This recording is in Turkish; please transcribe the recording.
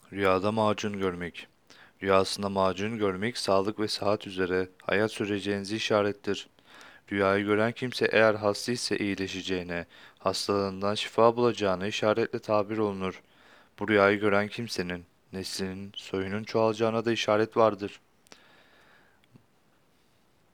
Rüyada macun görmek. Rüyasında macun görmek sağlık ve sıhhat üzere hayat süreceğinizi işarettir. Rüyayı gören kimse eğer hasta ise iyileşeceğine, hastalığından şifa bulacağına işaretle tabir olunur. Bu rüyayı gören kimsenin neslinin, soyunun çoğalacağına da işaret vardır.